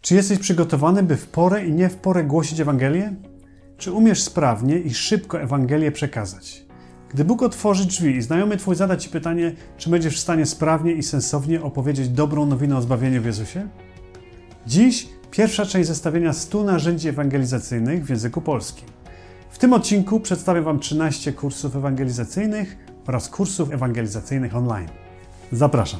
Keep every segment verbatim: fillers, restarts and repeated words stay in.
Czy jesteś przygotowany, by w porę i nie w porę głosić Ewangelię? Czy umiesz sprawnie i szybko Ewangelię przekazać? Gdy Bóg otworzy drzwi i znajomy Twój zada Ci pytanie, czy będziesz w stanie sprawnie i sensownie opowiedzieć dobrą nowinę o zbawieniu w Jezusie? Dziś pierwsza część zestawienia stu narzędzi ewangelizacyjnych w języku polskim. W tym odcinku przedstawię Wam trzynaście kursów ewangelizacyjnych oraz kursów ewangelizacyjnych online. Zapraszam.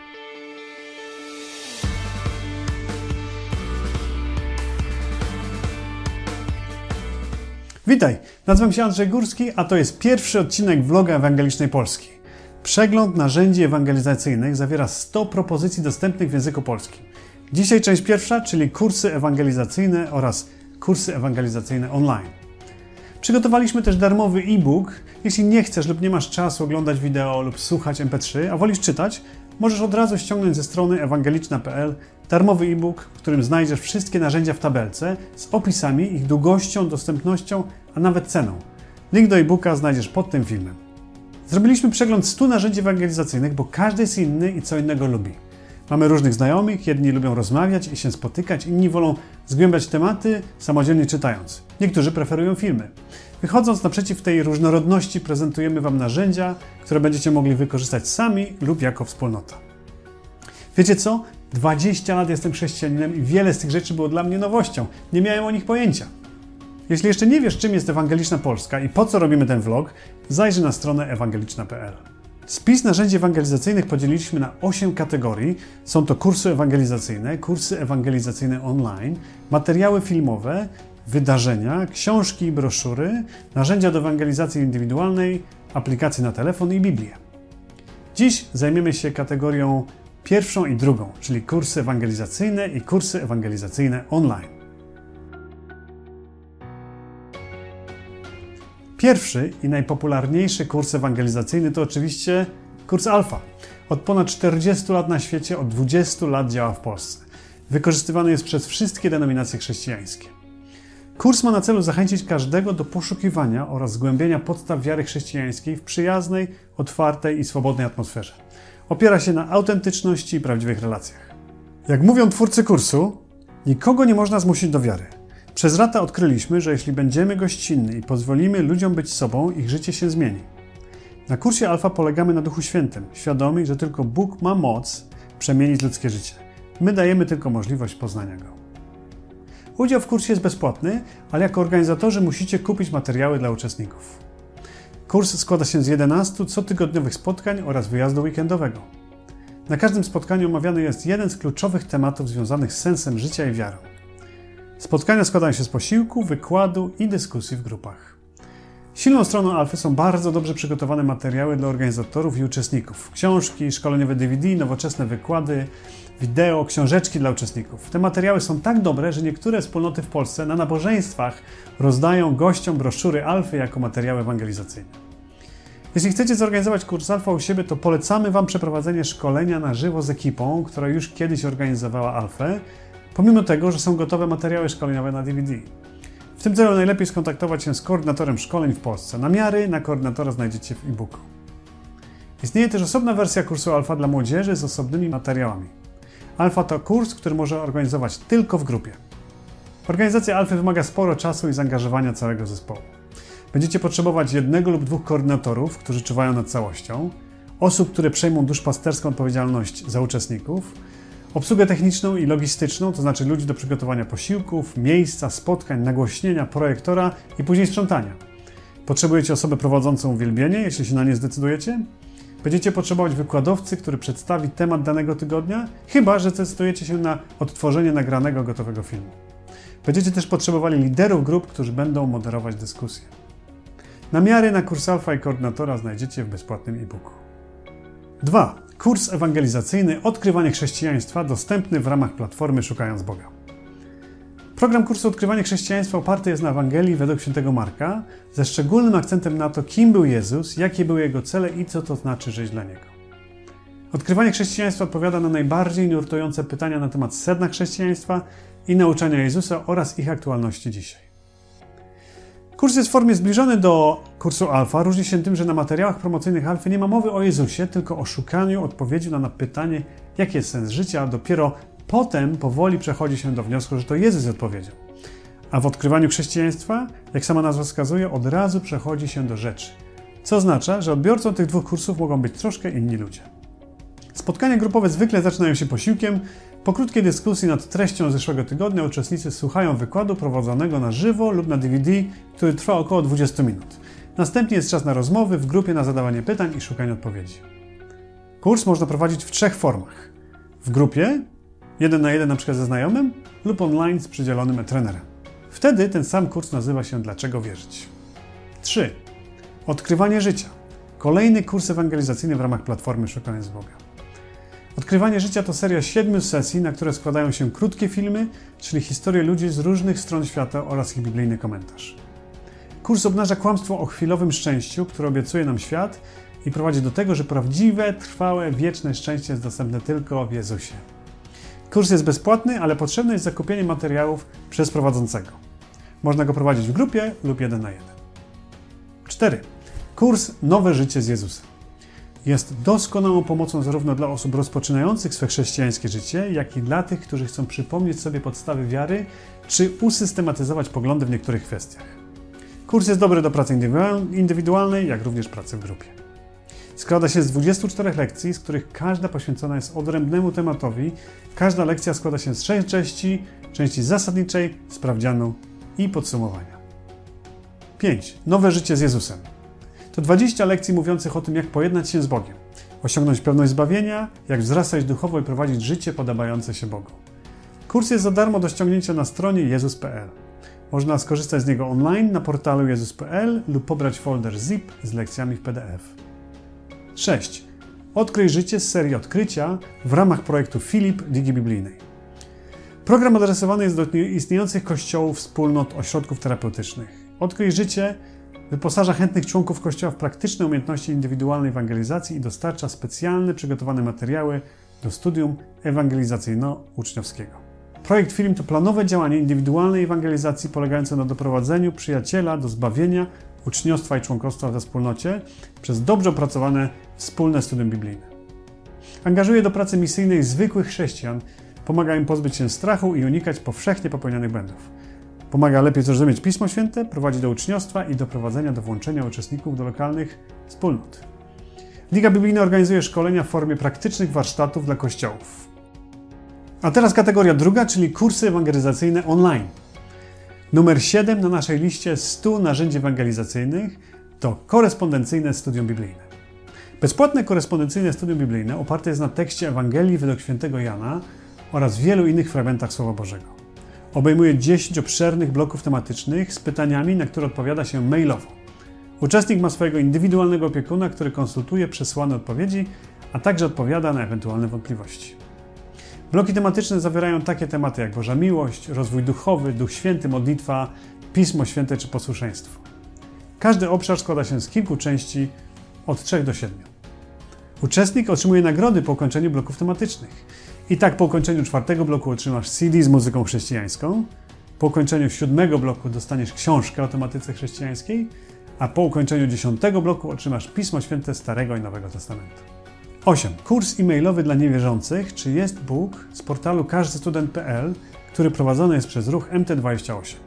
Witaj, nazywam się Andrzej Górski, a to jest pierwszy odcinek vloga Ewangelicznej Polski. Przegląd narzędzi ewangelizacyjnych zawiera sto propozycji dostępnych w języku polskim. Dzisiaj część pierwsza, czyli kursy ewangelizacyjne oraz kursy ewangelizacyjne online. Przygotowaliśmy też darmowy e-book. Jeśli nie chcesz lub nie masz czasu oglądać wideo lub słuchać em pe trzy, a wolisz czytać, możesz od razu ściągnąć ze strony ewangeliczna kropka pe el darmowy e-book, w którym znajdziesz wszystkie narzędzia w tabelce z opisami, ich długością, dostępnością, a nawet ceną. Link do e-booka znajdziesz pod tym filmem. Zrobiliśmy przegląd stu narzędzi ewangelizacyjnych, bo każdy jest inny i co innego lubi. Mamy różnych znajomych, jedni lubią rozmawiać i się spotykać, inni wolą zgłębiać tematy, samodzielnie czytając. Niektórzy preferują filmy. Wychodząc naprzeciw tej różnorodności, prezentujemy Wam narzędzia, które będziecie mogli wykorzystać sami lub jako wspólnota. Wiecie co? dwadzieścia lat jestem chrześcijaninem i wiele z tych rzeczy było dla mnie nowością. Nie miałem o nich pojęcia. Jeśli jeszcze nie wiesz, czym jest Ewangeliczna Polska i po co robimy ten vlog, zajrzyj na stronę ewangeliczna kropka pe el. Spis narzędzi ewangelizacyjnych podzieliliśmy na osiem kategorii. Są to kursy ewangelizacyjne, kursy ewangelizacyjne online, materiały filmowe, wydarzenia, książki i broszury, narzędzia do ewangelizacji indywidualnej, aplikacje na telefon i Biblię. Dziś zajmiemy się kategorią pierwszą i drugą, czyli kursy ewangelizacyjne i kursy ewangelizacyjne online. Pierwszy i najpopularniejszy kurs ewangelizacyjny to oczywiście kurs Alfa. Od ponad czterdziestu lat na świecie, od dwudziestu lat działa w Polsce. Wykorzystywany jest przez wszystkie denominacje chrześcijańskie. Kurs ma na celu zachęcić każdego do poszukiwania oraz zgłębienia podstaw wiary chrześcijańskiej w przyjaznej, otwartej i swobodnej atmosferze. Opiera się na autentyczności i prawdziwych relacjach. Jak mówią twórcy kursu, nikogo nie można zmusić do wiary. Przez lata odkryliśmy, że jeśli będziemy gościnni i pozwolimy ludziom być sobą, ich życie się zmieni. Na kursie Alfa polegamy na Duchu Świętym, świadomi, że tylko Bóg ma moc przemienić ludzkie życie. My dajemy tylko możliwość poznania Go. Udział w kursie jest bezpłatny, ale jako organizatorzy musicie kupić materiały dla uczestników. Kurs składa się z jedenastu cotygodniowych spotkań oraz wyjazdu weekendowego. Na każdym spotkaniu omawiany jest jeden z kluczowych tematów związanych z sensem życia i wiarą. Spotkania składają się z posiłku, wykładu i dyskusji w grupach. Silną stroną Alfy są bardzo dobrze przygotowane materiały dla organizatorów i uczestników. Książki, szkoleniowe D V D, nowoczesne wykłady, wideo, książeczki dla uczestników. Te materiały są tak dobre, że niektóre wspólnoty w Polsce na nabożeństwach rozdają gościom broszury Alfy jako materiały ewangelizacyjne. Jeśli chcecie zorganizować kurs Alfa u siebie, to polecamy Wam przeprowadzenie szkolenia na żywo z ekipą, która już kiedyś organizowała Alfę, pomimo tego, że są gotowe materiały szkoleniowe na D V D. W tym celu najlepiej skontaktować się z koordynatorem szkoleń w Polsce. Namiary na koordynatora znajdziecie w e-booku. Istnieje też osobna wersja kursu Alfa dla młodzieży z osobnymi materiałami. Alfa to kurs, który można organizować tylko w grupie. Organizacja Alfy wymaga sporo czasu i zaangażowania całego zespołu. Będziecie potrzebować jednego lub dwóch koordynatorów, którzy czuwają nad całością, osób, które przejmą duszpasterską odpowiedzialność za uczestników, obsługę techniczną i logistyczną, to znaczy ludzi do przygotowania posiłków, miejsca, spotkań, nagłośnienia, projektora i później sprzątania. Potrzebujecie osobę prowadzącą uwielbienie, jeśli się na nie zdecydujecie? Będziecie potrzebować wykładowcy, który przedstawi temat danego tygodnia, chyba że zdecydujecie się na odtworzenie nagranego, gotowego filmu. Będziecie też potrzebowali liderów grup, którzy będą moderować dyskusje. Namiary na kurs Alfa i koordynatora znajdziecie w bezpłatnym e-booku. dwa. Kurs ewangelizacyjny Odkrywanie chrześcijaństwa dostępny w ramach platformy Szukając Boga. Program kursu Odkrywanie chrześcijaństwa oparty jest na Ewangelii według świętego Marka, ze szczególnym akcentem na to, kim był Jezus, jakie były Jego cele i co to znaczy żyć dla Niego. Odkrywanie chrześcijaństwa odpowiada na najbardziej nurtujące pytania na temat sedna chrześcijaństwa i nauczania Jezusa oraz ich aktualności dzisiaj. Kurs jest w formie zbliżony do kursu Alfa. Różni się tym, że na materiałach promocyjnych Alfy nie ma mowy o Jezusie, tylko o szukaniu odpowiedzi na pytanie, jaki jest sens życia, a dopiero Potem powoli przechodzi się do wniosku, że to Jezus odpowiedział. A w odkrywaniu chrześcijaństwa, jak sama nazwa wskazuje, od razu przechodzi się do rzeczy. Co oznacza, że odbiorcą tych dwóch kursów mogą być troszkę inni ludzie. Spotkania grupowe zwykle zaczynają się posiłkiem. Po krótkiej dyskusji nad treścią zeszłego tygodnia uczestnicy słuchają wykładu prowadzonego na żywo lub na D V D, który trwa około dwadzieścia minut. Następnie jest czas na rozmowy w grupie, na zadawanie pytań i szukanie odpowiedzi. Kurs można prowadzić w trzech formach. W grupie, jeden na jeden na przykład ze znajomym, lub online z przydzielonym trenerem. Wtedy ten sam kurs nazywa się Dlaczego wierzyć? trzy. Odkrywanie życia. Kolejny kurs ewangelizacyjny w ramach platformy Szukając Boga. Odkrywanie życia to seria siedmiu sesji, na które składają się krótkie filmy, czyli historie ludzi z różnych stron świata oraz ich biblijny komentarz. Kurs obnaża kłamstwo o chwilowym szczęściu, które obiecuje nam świat i prowadzi do tego, że prawdziwe, trwałe, wieczne szczęście jest dostępne tylko w Jezusie. Kurs jest bezpłatny, ale potrzebne jest zakupienie materiałów przez prowadzącego. Można go prowadzić w grupie lub jeden na jeden. cztery. Kurs Nowe życie z Jezusem. Jest doskonałą pomocą zarówno dla osób rozpoczynających swe chrześcijańskie życie, jak i dla tych, którzy chcą przypomnieć sobie podstawy wiary, czy usystematyzować poglądy w niektórych kwestiach. Kurs jest dobry do pracy indywidualnej, jak również pracy w grupie. Składa się z dwudziestu czterech lekcji, z których każda poświęcona jest odrębnemu tematowi. Każda lekcja składa się z trzech części, części zasadniczej, sprawdzianu i podsumowania. pięć. Nowe życie z Jezusem. To dwadzieścia lekcji mówiących o tym, jak pojednać się z Bogiem, osiągnąć pewność zbawienia, jak wzrastać duchowo i prowadzić życie podobające się Bogu. Kurs jest za darmo do ściągnięcia na stronie jezus kropka p l. Można skorzystać z niego online na portalu jezus kropka p l lub pobrać folder zip z lekcjami w P D F. sześć. Odkryj życie z serii Odkrycia w ramach projektu Filip Digi Biblijnej. Program adresowany jest do istniejących kościołów, wspólnot, ośrodków terapeutycznych. Odkryj życie wyposaża chętnych członków Kościoła w praktyczne umiejętności indywidualnej ewangelizacji i dostarcza specjalne przygotowane materiały do studium ewangelizacyjno-uczniowskiego. Projekt Film to planowe działanie indywidualnej ewangelizacji polegające na doprowadzeniu przyjaciela do zbawienia, uczniostwa i członkostwa we wspólnocie przez dobrze opracowane wspólne studium biblijne. Angażuje do pracy misyjnej zwykłych chrześcijan, pomaga im pozbyć się strachu i unikać powszechnie popełnianych błędów. Pomaga lepiej zrozumieć Pismo Święte, prowadzi do uczniostwa i doprowadzenia do włączenia uczestników do lokalnych wspólnot. Liga Biblijna organizuje szkolenia w formie praktycznych warsztatów dla kościołów. A teraz kategoria druga, czyli kursy ewangelizacyjne online. Numer siedem na naszej liście stu narzędzi ewangelizacyjnych to korespondencyjne studium biblijne. Bezpłatne korespondencyjne studium biblijne oparte jest na tekście Ewangelii według świętego Jana oraz wielu innych fragmentach Słowa Bożego. Obejmuje dziesięć obszernych bloków tematycznych z pytaniami, na które odpowiada się mailowo. Uczestnik ma swojego indywidualnego opiekuna, który konsultuje przesłane odpowiedzi, a także odpowiada na ewentualne wątpliwości. Bloki tematyczne zawierają takie tematy jak Boża miłość, rozwój duchowy, Duch Święty, modlitwa, Pismo Święte czy posłuszeństwo. Każdy obszar składa się z kilku części od trzech do siedmiu. Uczestnik otrzymuje nagrody po ukończeniu bloków tematycznych. I tak po ukończeniu czwartego bloku otrzymasz C D z muzyką chrześcijańską, po ukończeniu siódmego bloku dostaniesz książkę o tematyce chrześcijańskiej, a po ukończeniu dziesiątego bloku otrzymasz Pismo Święte Starego i Nowego Testamentu. osiem. Kurs e-mailowy dla niewierzących, czy jest Bóg, z portalu każdy student kropka p l, który prowadzony jest przez ruch M T dwadzieścia osiem.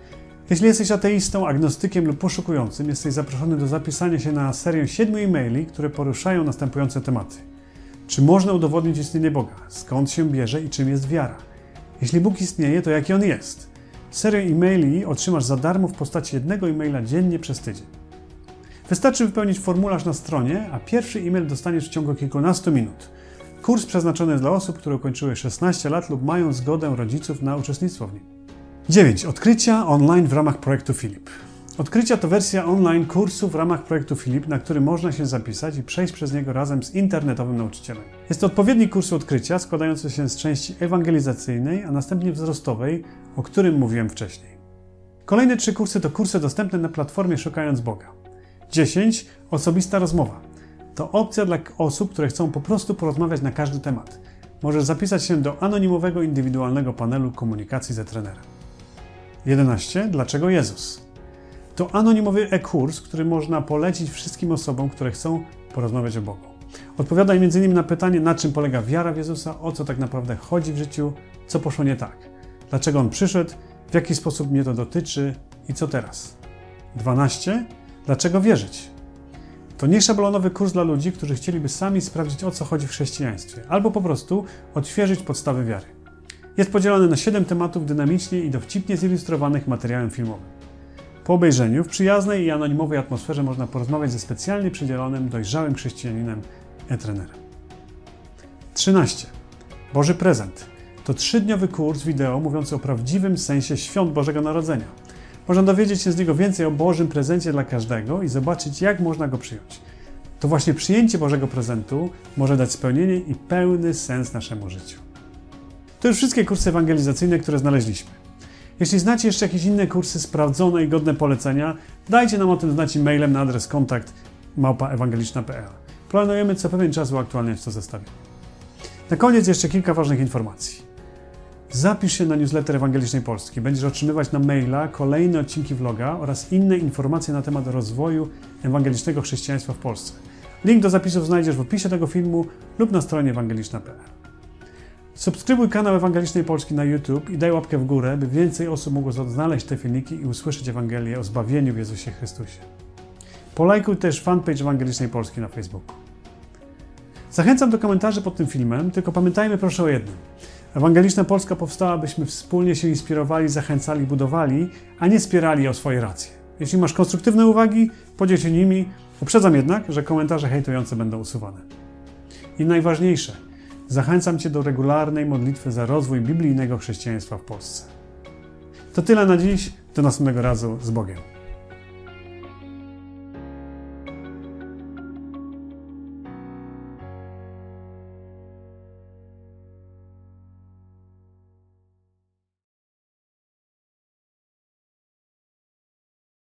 Jeśli jesteś ateistą, agnostykiem lub poszukującym, jesteś zaproszony do zapisania się na serię siedmiu e-maili, które poruszają następujące tematy. Czy można udowodnić istnienie Boga? Skąd się bierze i czym jest wiara? Jeśli Bóg istnieje, to jaki On jest? Serię e-maili otrzymasz za darmo w postaci jednego e-maila dziennie przez tydzień. Wystarczy wypełnić formularz na stronie, a pierwszy e-mail dostaniesz w ciągu kilkunastu minut. Kurs przeznaczony jest dla osób, które ukończyły szesnaście lat lub mają zgodę rodziców na uczestnictwo w nim. dziewięć. Odkrycia online w ramach projektu Filip. Odkrycia to wersja online kursu w ramach projektu Filip, na który można się zapisać i przejść przez niego razem z internetowym nauczycielem. Jest to odpowiednik kursu Odkrycia składający się z części ewangelizacyjnej, a następnie wzrostowej, o którym mówiłem wcześniej. Kolejne trzy kursy to kursy dostępne na platformie Szukając Boga. dziesięć. Osobista rozmowa. To opcja dla osób, które chcą po prostu porozmawiać na każdy temat. Możesz zapisać się do anonimowego, indywidualnego panelu komunikacji ze trenerem. jedenaście. Dlaczego Jezus? To anonimowy e-kurs, który można polecić wszystkim osobom, które chcą porozmawiać o Bogu. Odpowiadaj między innymi na pytanie, na czym polega wiara w Jezusa, o co tak naprawdę chodzi w życiu, co poszło nie tak, dlaczego On przyszedł, w jaki sposób mnie to dotyczy i co teraz. dwanaście. Dlaczego wierzyć? To nieszablonowy kurs dla ludzi, którzy chcieliby sami sprawdzić, o co chodzi w chrześcijaństwie, albo po prostu odświeżyć podstawy wiary. Jest podzielony na siedem tematów dynamicznie i dowcipnie zilustrowanych materiałem filmowym. Po obejrzeniu w przyjaznej i anonimowej atmosferze można porozmawiać ze specjalnie przydzielonym, dojrzałym chrześcijaninem e-trenerem. trzynaście. Boży prezent. To trzydniowy kurs wideo mówiący o prawdziwym sensie świąt Bożego Narodzenia. Można dowiedzieć się z niego więcej o Bożym prezencie dla każdego i zobaczyć, jak można go przyjąć. To właśnie przyjęcie Bożego prezentu może dać spełnienie i pełny sens naszemu życiu. To już wszystkie kursy ewangelizacyjne, które znaleźliśmy. Jeśli znacie jeszcze jakieś inne kursy sprawdzone i godne polecenia, dajcie nam o tym znać e-mailem na adres kontakt małpa ewangeliczna kropka p l. Planujemy co pewien czas uaktualniać to zestawienie. Na koniec jeszcze kilka ważnych informacji. Zapisz się na newsletter Ewangelicznej Polski. Będziesz otrzymywać na maila kolejne odcinki vloga oraz inne informacje na temat rozwoju ewangelicznego chrześcijaństwa w Polsce. Link do zapisów znajdziesz w opisie tego filmu lub na stronie ewangeliczna kropka p l. Subskrybuj kanał Ewangelicznej Polski na YouTube i daj łapkę w górę, by więcej osób mogło znaleźć te filmiki i usłyszeć Ewangelię o zbawieniu w Jezusie Chrystusie. Polajkuj też fanpage Ewangelicznej Polski na Facebooku. Zachęcam do komentarzy pod tym filmem, tylko pamiętajmy proszę o jednym. Ewangeliczna Polska powstała, byśmy wspólnie się inspirowali, zachęcali, budowali, a nie spierali o swoje racje. Jeśli masz konstruktywne uwagi, podziel się nimi. Uprzedzam jednak, że komentarze hejtujące będą usuwane. I najważniejsze, zachęcam Cię do regularnej modlitwy za rozwój biblijnego chrześcijaństwa w Polsce. To tyle na dziś. Do następnego razu. Z Bogiem.